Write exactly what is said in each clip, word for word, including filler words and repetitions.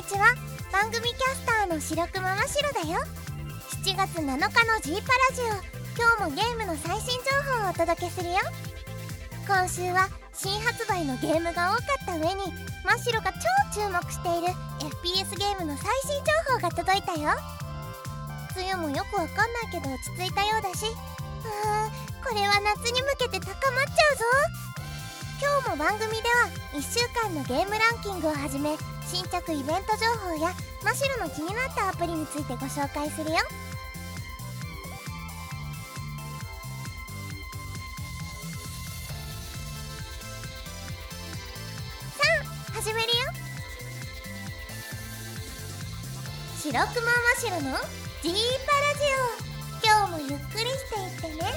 ちは。番組キャスターの白熊真白だよ。しちがつなのかの G パラジオ、今日もゲームの最新情報をお届けするよ。今週は新発売のゲームが多かった上に、真白が超注目している エフピーエス ゲームの最新情報が届いたよ。梅雨もよくわかんないけど落ち着いたようだし、あーこれは夏に向けて高まっちゃうぞ。今日も番組ではいっしゅうかんのゲームランキングをはじめ、新着イベント情報や真白の気になったアプリについてご紹介するよ。さあ始めるよ。白熊真白の G パラジオ、今日もゆっくりしていってね。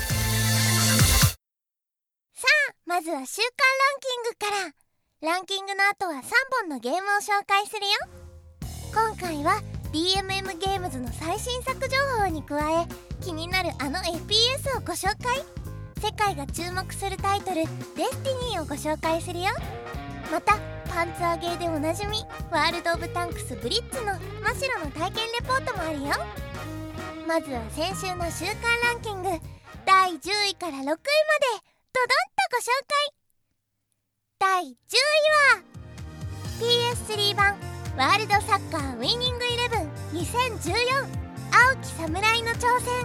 さあまずは週間ランキングから。ランキングの後はさんぼんのゲームを紹介するよ。今回は ディーエムエム ゲームズの最新作情報に加え、気になるあの エフピーエス をご紹介。世界が注目するタイトルデスティニーをご紹介するよ。またパンツァーゲーでおなじみワールド・オブ・タンクス・ブリッツの真白の体験レポートもあるよ。まずは先週の週間ランキングだいじゅういからろくいまでドドンとご紹介。だいじゅういは ピーエススリー 版ワールドサッカーウィニングイレブンにせんじゅうよん青き侍の挑戦。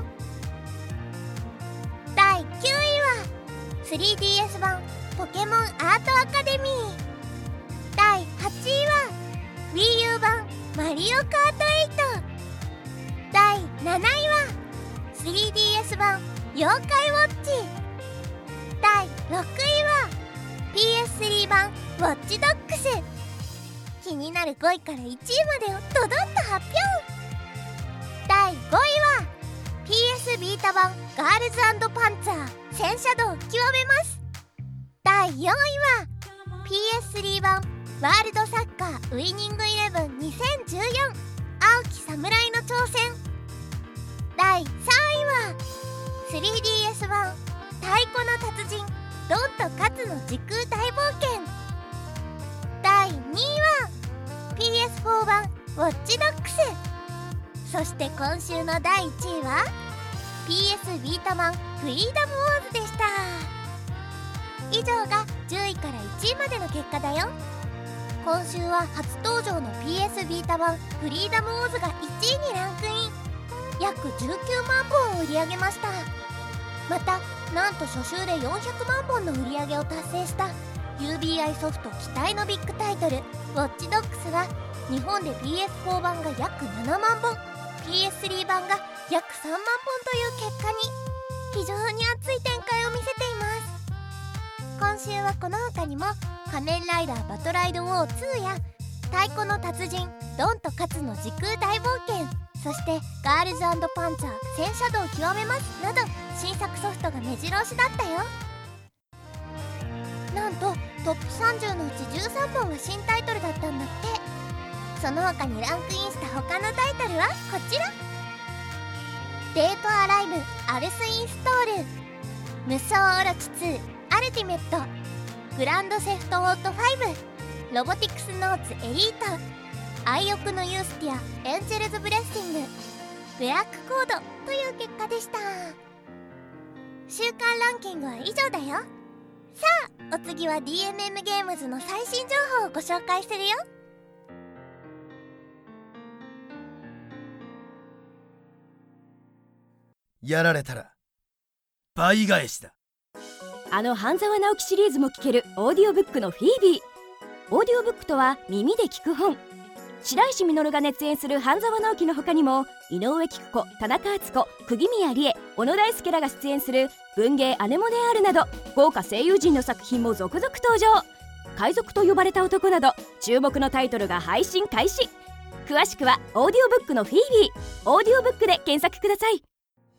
だいきゅういは スリーディーエス 版ポケモンアートアカデミー。だいはちいは WiiU 版マリオカートエイト。だいなないは スリーディーエス 版妖怪ウォッチ。だいろくいは ピーエススリー 版ウォッチドッグス。気になるごいからいちいまでをドドンと発表。だいごいは ピーエス ビータ版ガールズ&パンツァー戦車道を極めます。だいよんいは ピーエススリー 版ワールドサッカーウィニングイレブンにせんじゅうよん青き侍の挑戦。だいさんいは スリーディーエス 版太鼓の達人ドンと勝つの時空大冒険。だいにいは ピーエスフォー 版ウォッチドッグス。そして今週のだいいちいは ピーエス ビータ版フリーダムウォーズでした。以上がじゅういからいちいまでの結果だよ。今週は初登場の ピーエス ビータ版フリーダムウォーズがいちいにランクイン。約じゅうきゅうまんぼんを売り上げました。またなんと初週でよんひゃくまんぼんの売り上げを達成した ユービーアイ ソフト期待のビッグタイトルウォッチドッグスが日本で ピーエスフォー 版が約ななまんぼん、 ピーエススリー 版が約さんまんぼんという結果に。非常に熱い展開を見せています。今週はこの他にも仮面ライダーバトライドウォーツーや太鼓の達人ドンと勝つの時空大冒険、そしてガールズ&パンツァー戦車道を極めますなど新作ソフトが目白押しだったよ。なんとトップさんじゅうのうちじゅうさんぼんが新タイトルだったんだって。その他にランクインした他のタイトルはこちら。デートアライブアルスインストール、無双オロチツーアルティメット、グランドセフトオートファイブ、ロボティクスノーツエリート、愛欲のユースティアエンジェルズブレッシング、ブラックコードという結果でした。週間ランキングは以上だよ。さあお次は ディーエムエム ゲームズの最新情報をご紹介するよ。 やられたら倍返しだ。 あの半沢直樹シリーズも聞けるオーディオブックのフィービー。オーディオブックとは耳で聞く本。白石稔が熱演する半沢直樹の他にも井上貴子、田中敦子、釘宮理恵、小野大輔らが出演する文芸アネモネアールなど豪華声優陣の作品も続々登場。海賊と呼ばれた男など注目のタイトルが配信開始。詳しくはオーディオブックのフィービー、オーディオブックで検索ください。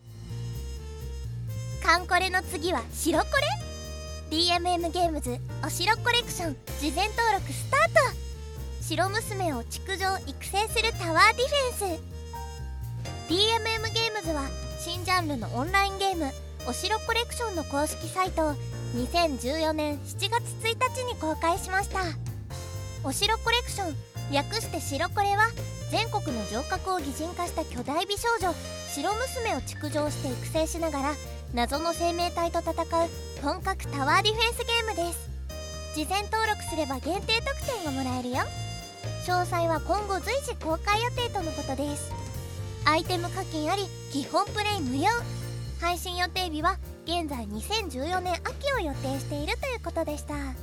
カンコレの次は白コレ。 ディーエムエム ゲームズお城コレクション事前登録スタート。白娘を築城育成するタワーディフェンス。 ディーエムエム ゲームズは新ジャンルのオンラインゲームお城コレクションの公式サイトをにせんじゅうよねんしちがつついたちに公開しました。お城コレクション略して白コレは全国の城郭を擬人化した巨大美少女白娘を築城して育成しながら謎の生命体と戦う本格タワーディフェンスゲームです。事前登録すれば限定特典がもらえるよ。詳細は今後随時公開予定とのことです。アイテム課金あり、基本プレイ無料。配信予定日は現在にせんじゅうよねん秋を予定しているということでした。さあ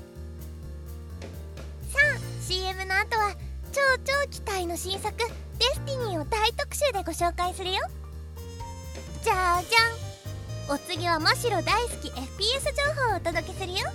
シーエム の後は超超期待の新作デスティニーを大特集でご紹介するよ。じゃじゃん、お次は真白大好き エフピーエス 情報をお届けするよ。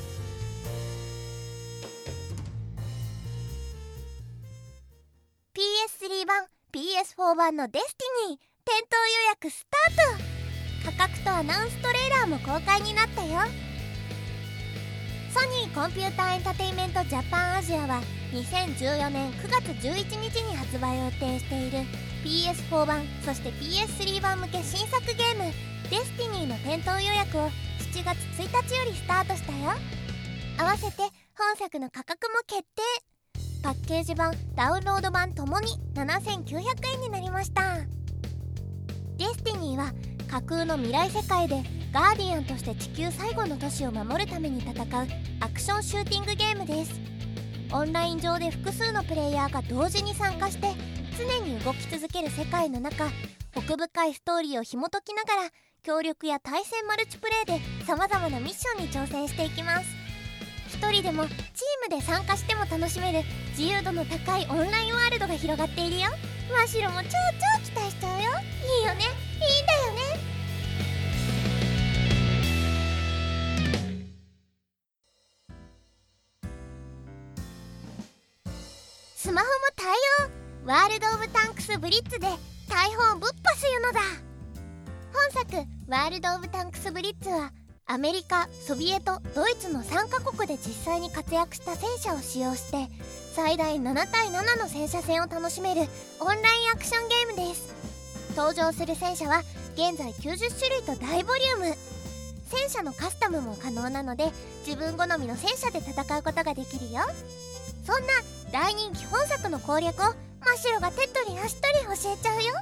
ピーエススリー 版 ピーエスフォー 版のデスティニー店頭予約スタート。価格とアナウンストレーラーも公開になったよ。ソニーコンピューターエンタテインメントジャパンアジアはにせんじゅうよねんくがつじゅういちにちに発売を予定している ピーエスフォー 版そして ピーエススリー 版向け新作ゲームデスティニーの店頭予約をしちがつついたちよりスタートしたよ。合わせて本作の価格も決定。パッケージ版ダウンロード版ともにななせんきゅうひゃくえんになりました。デスティニーは架空の未来世界でガーディアンとして地球最後の都市を守るために戦うアクションシューティングゲームです。オンライン上で複数のプレイヤーが同時に参加して常に動き続ける世界の中、奥深いストーリーを紐解きながら協力や対戦マルチプレイでさまざまなミッションに挑戦していきます。一人でもチームで参加しても楽しめる自由度の高いオンラインワールドが広がっているよ。マシロも超超期待しちゃうよ。いいよね、いいんだよね。スマホも対応。ワールド・オブ・タンクス・ブリッツで大砲をぶっ破するのだ。本作ワールド・オブ・タンクス・ブリッツはアメリカ、ソビエト、ドイツのさんカ国で実際に活躍した戦車を使用して最大ななたいななの戦車戦を楽しめるオンラインアクションゲームです。登場する戦車は現在きゅうじゅっしゅるいと大ボリューム。戦車のカスタムも可能なので自分好みの戦車で戦うことができるよ。そんな大人気本作の攻略を真っ白が手っ取り足取り教えちゃうよ。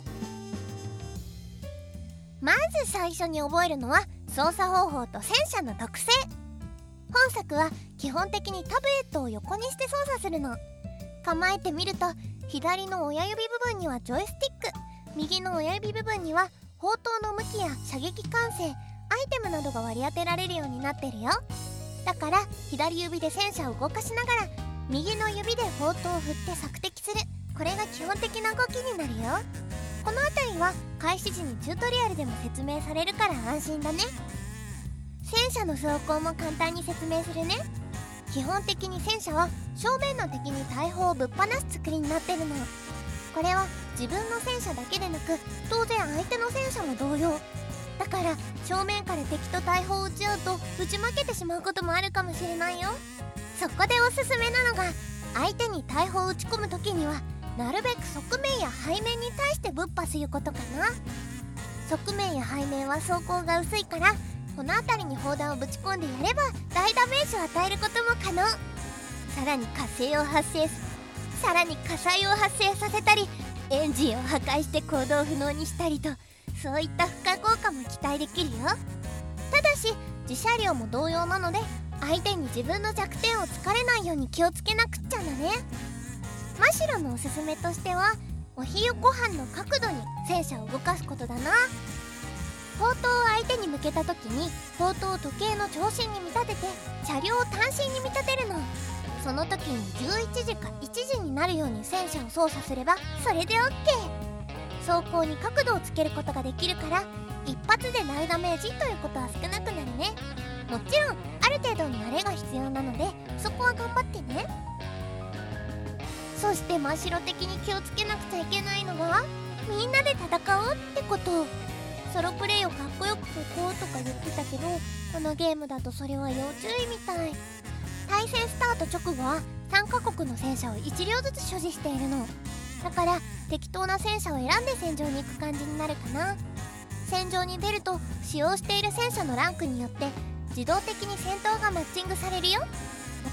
まず最初に覚えるのは操作方法と戦車の特性。本作は基本的にタブレットを横にして操作するの。構えてみると左の親指部分にはジョイスティック、右の親指部分には砲塔の向きや射撃管制、アイテムなどが割り当てられるようになってるよ。だから左指で戦車を動かしながら右の指で砲塔を振って索敵する、これが基本的な動きになるよ。この辺りは開始時にチュートリアルでも説明されるから安心だね。戦車の走行も簡単に説明するね。基本的に戦車は正面の敵に大砲をぶっ放す作りになってるの。これは自分の戦車だけでなく当然相手の戦車も同様だから、正面から敵と大砲を撃ち合うと打ち負けてしまうこともあるかもしれないよ。そこでおすすめなのが相手に大砲を撃ち込む時にはなるべく側面や背面に対してぶっ破することかな。側面や背面は装甲が薄いからこの辺りに砲弾をぶち込んでやれば大ダメージを与えることも可能。さらに火星を発生さらに火災を発生させたりエンジンを破壊して行動不能にしたりと、そういった負荷効果も期待できるよ。ただし自車両も同様なので相手に自分の弱点を突かれないように気をつけなくっちゃだね。真白のおすすめとしてはお昼ご飯の角度に戦車を動かすことだな。砲塔を相手に向けた時に砲塔を時計の長針に見立てて車両を単身に見立てるの。その時にじゅういちじかいちじになるように戦車を操作すればそれで オーケー。 走行に角度をつけることができるから一発で大ダメージということは少なくなるね。もちろんある程度の慣れが必要なのでそこは頑張ってね。そして真っ白的に気をつけなくちゃいけないのはみんなで戦おうってこと。ソロプレイをかっこよく解こうとか言ってたけどこのゲームだとそれは要注意みたい。対戦スタート直後はさんカ国の戦車をいち両ずつ所持しているの。だから適当な戦車を選んで戦場に行く感じになるかな。戦場に出ると使用している戦車のランクによって自動的に戦闘がマッチングされるよ。お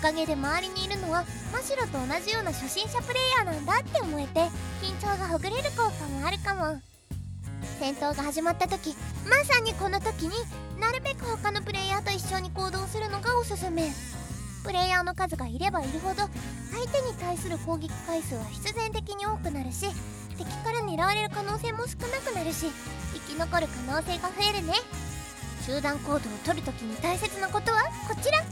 かげで周りにいるのはマシロと同じような初心者プレイヤーなんだって思えて緊張がほぐれる効果もあるかも。戦闘が始まった時、まさにこの時になるべく他のプレイヤーと一緒に行動するのがおすすめ。プレイヤーの数がいればいるほど相手に対する攻撃回数は必然的に多くなるし、敵から狙われる可能性も少なくなるし、生き残る可能性が増えるね。集団行動を取るときに大切なことはこちら。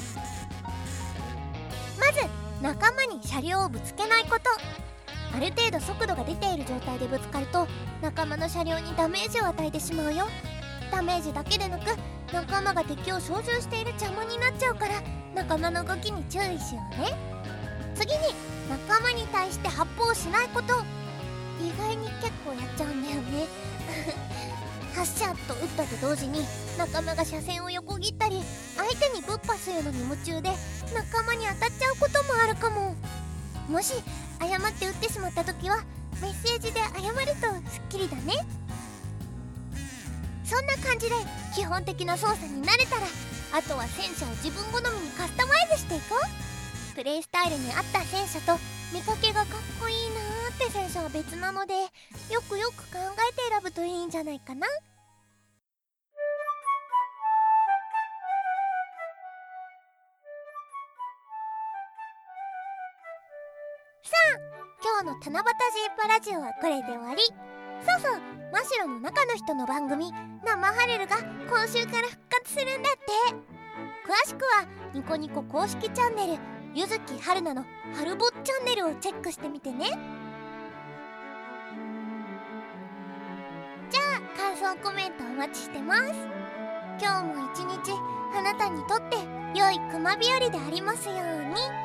まず仲間に車両をぶつけないこと。ある程度速度が出ている状態でぶつかると仲間の車両にダメージを与えてしまうよ。ダメージだけでなく仲間が敵を操縦している邪魔になっちゃうから、仲間の動きに注意しようね。次に仲間に対して発砲しないこと。意外に結構やっちゃうんだよね発射と撃ったと同時に仲間が車線を横切ったり相手にぶっ破するのに夢中で仲間に当たっちゃうこともあるかも。もし誤って撃ってしまった時はメッセージで謝るとスッキリだね。そんな感じで基本的な操作に慣れたら、あとは戦車を自分好みにカスタマイズしていこう。プレイスタイルに合った戦車と見かけがかっこいいなーって戦車は別なので、よくよく考えて選ぶといいんじゃないかな。さあ、今日の七夕ジーパラジオはこれで終わり。そうそう、マシロの中の人の番組生ハレルが今週から復活するんだって。詳しくはニコニコ公式チャンネルゆずきはるなのはるぼっチャンネルをチェックしてみてね。じゃあ感想コメントお待ちしてます。今日も一日あなたにとって良い熊日和でありますように。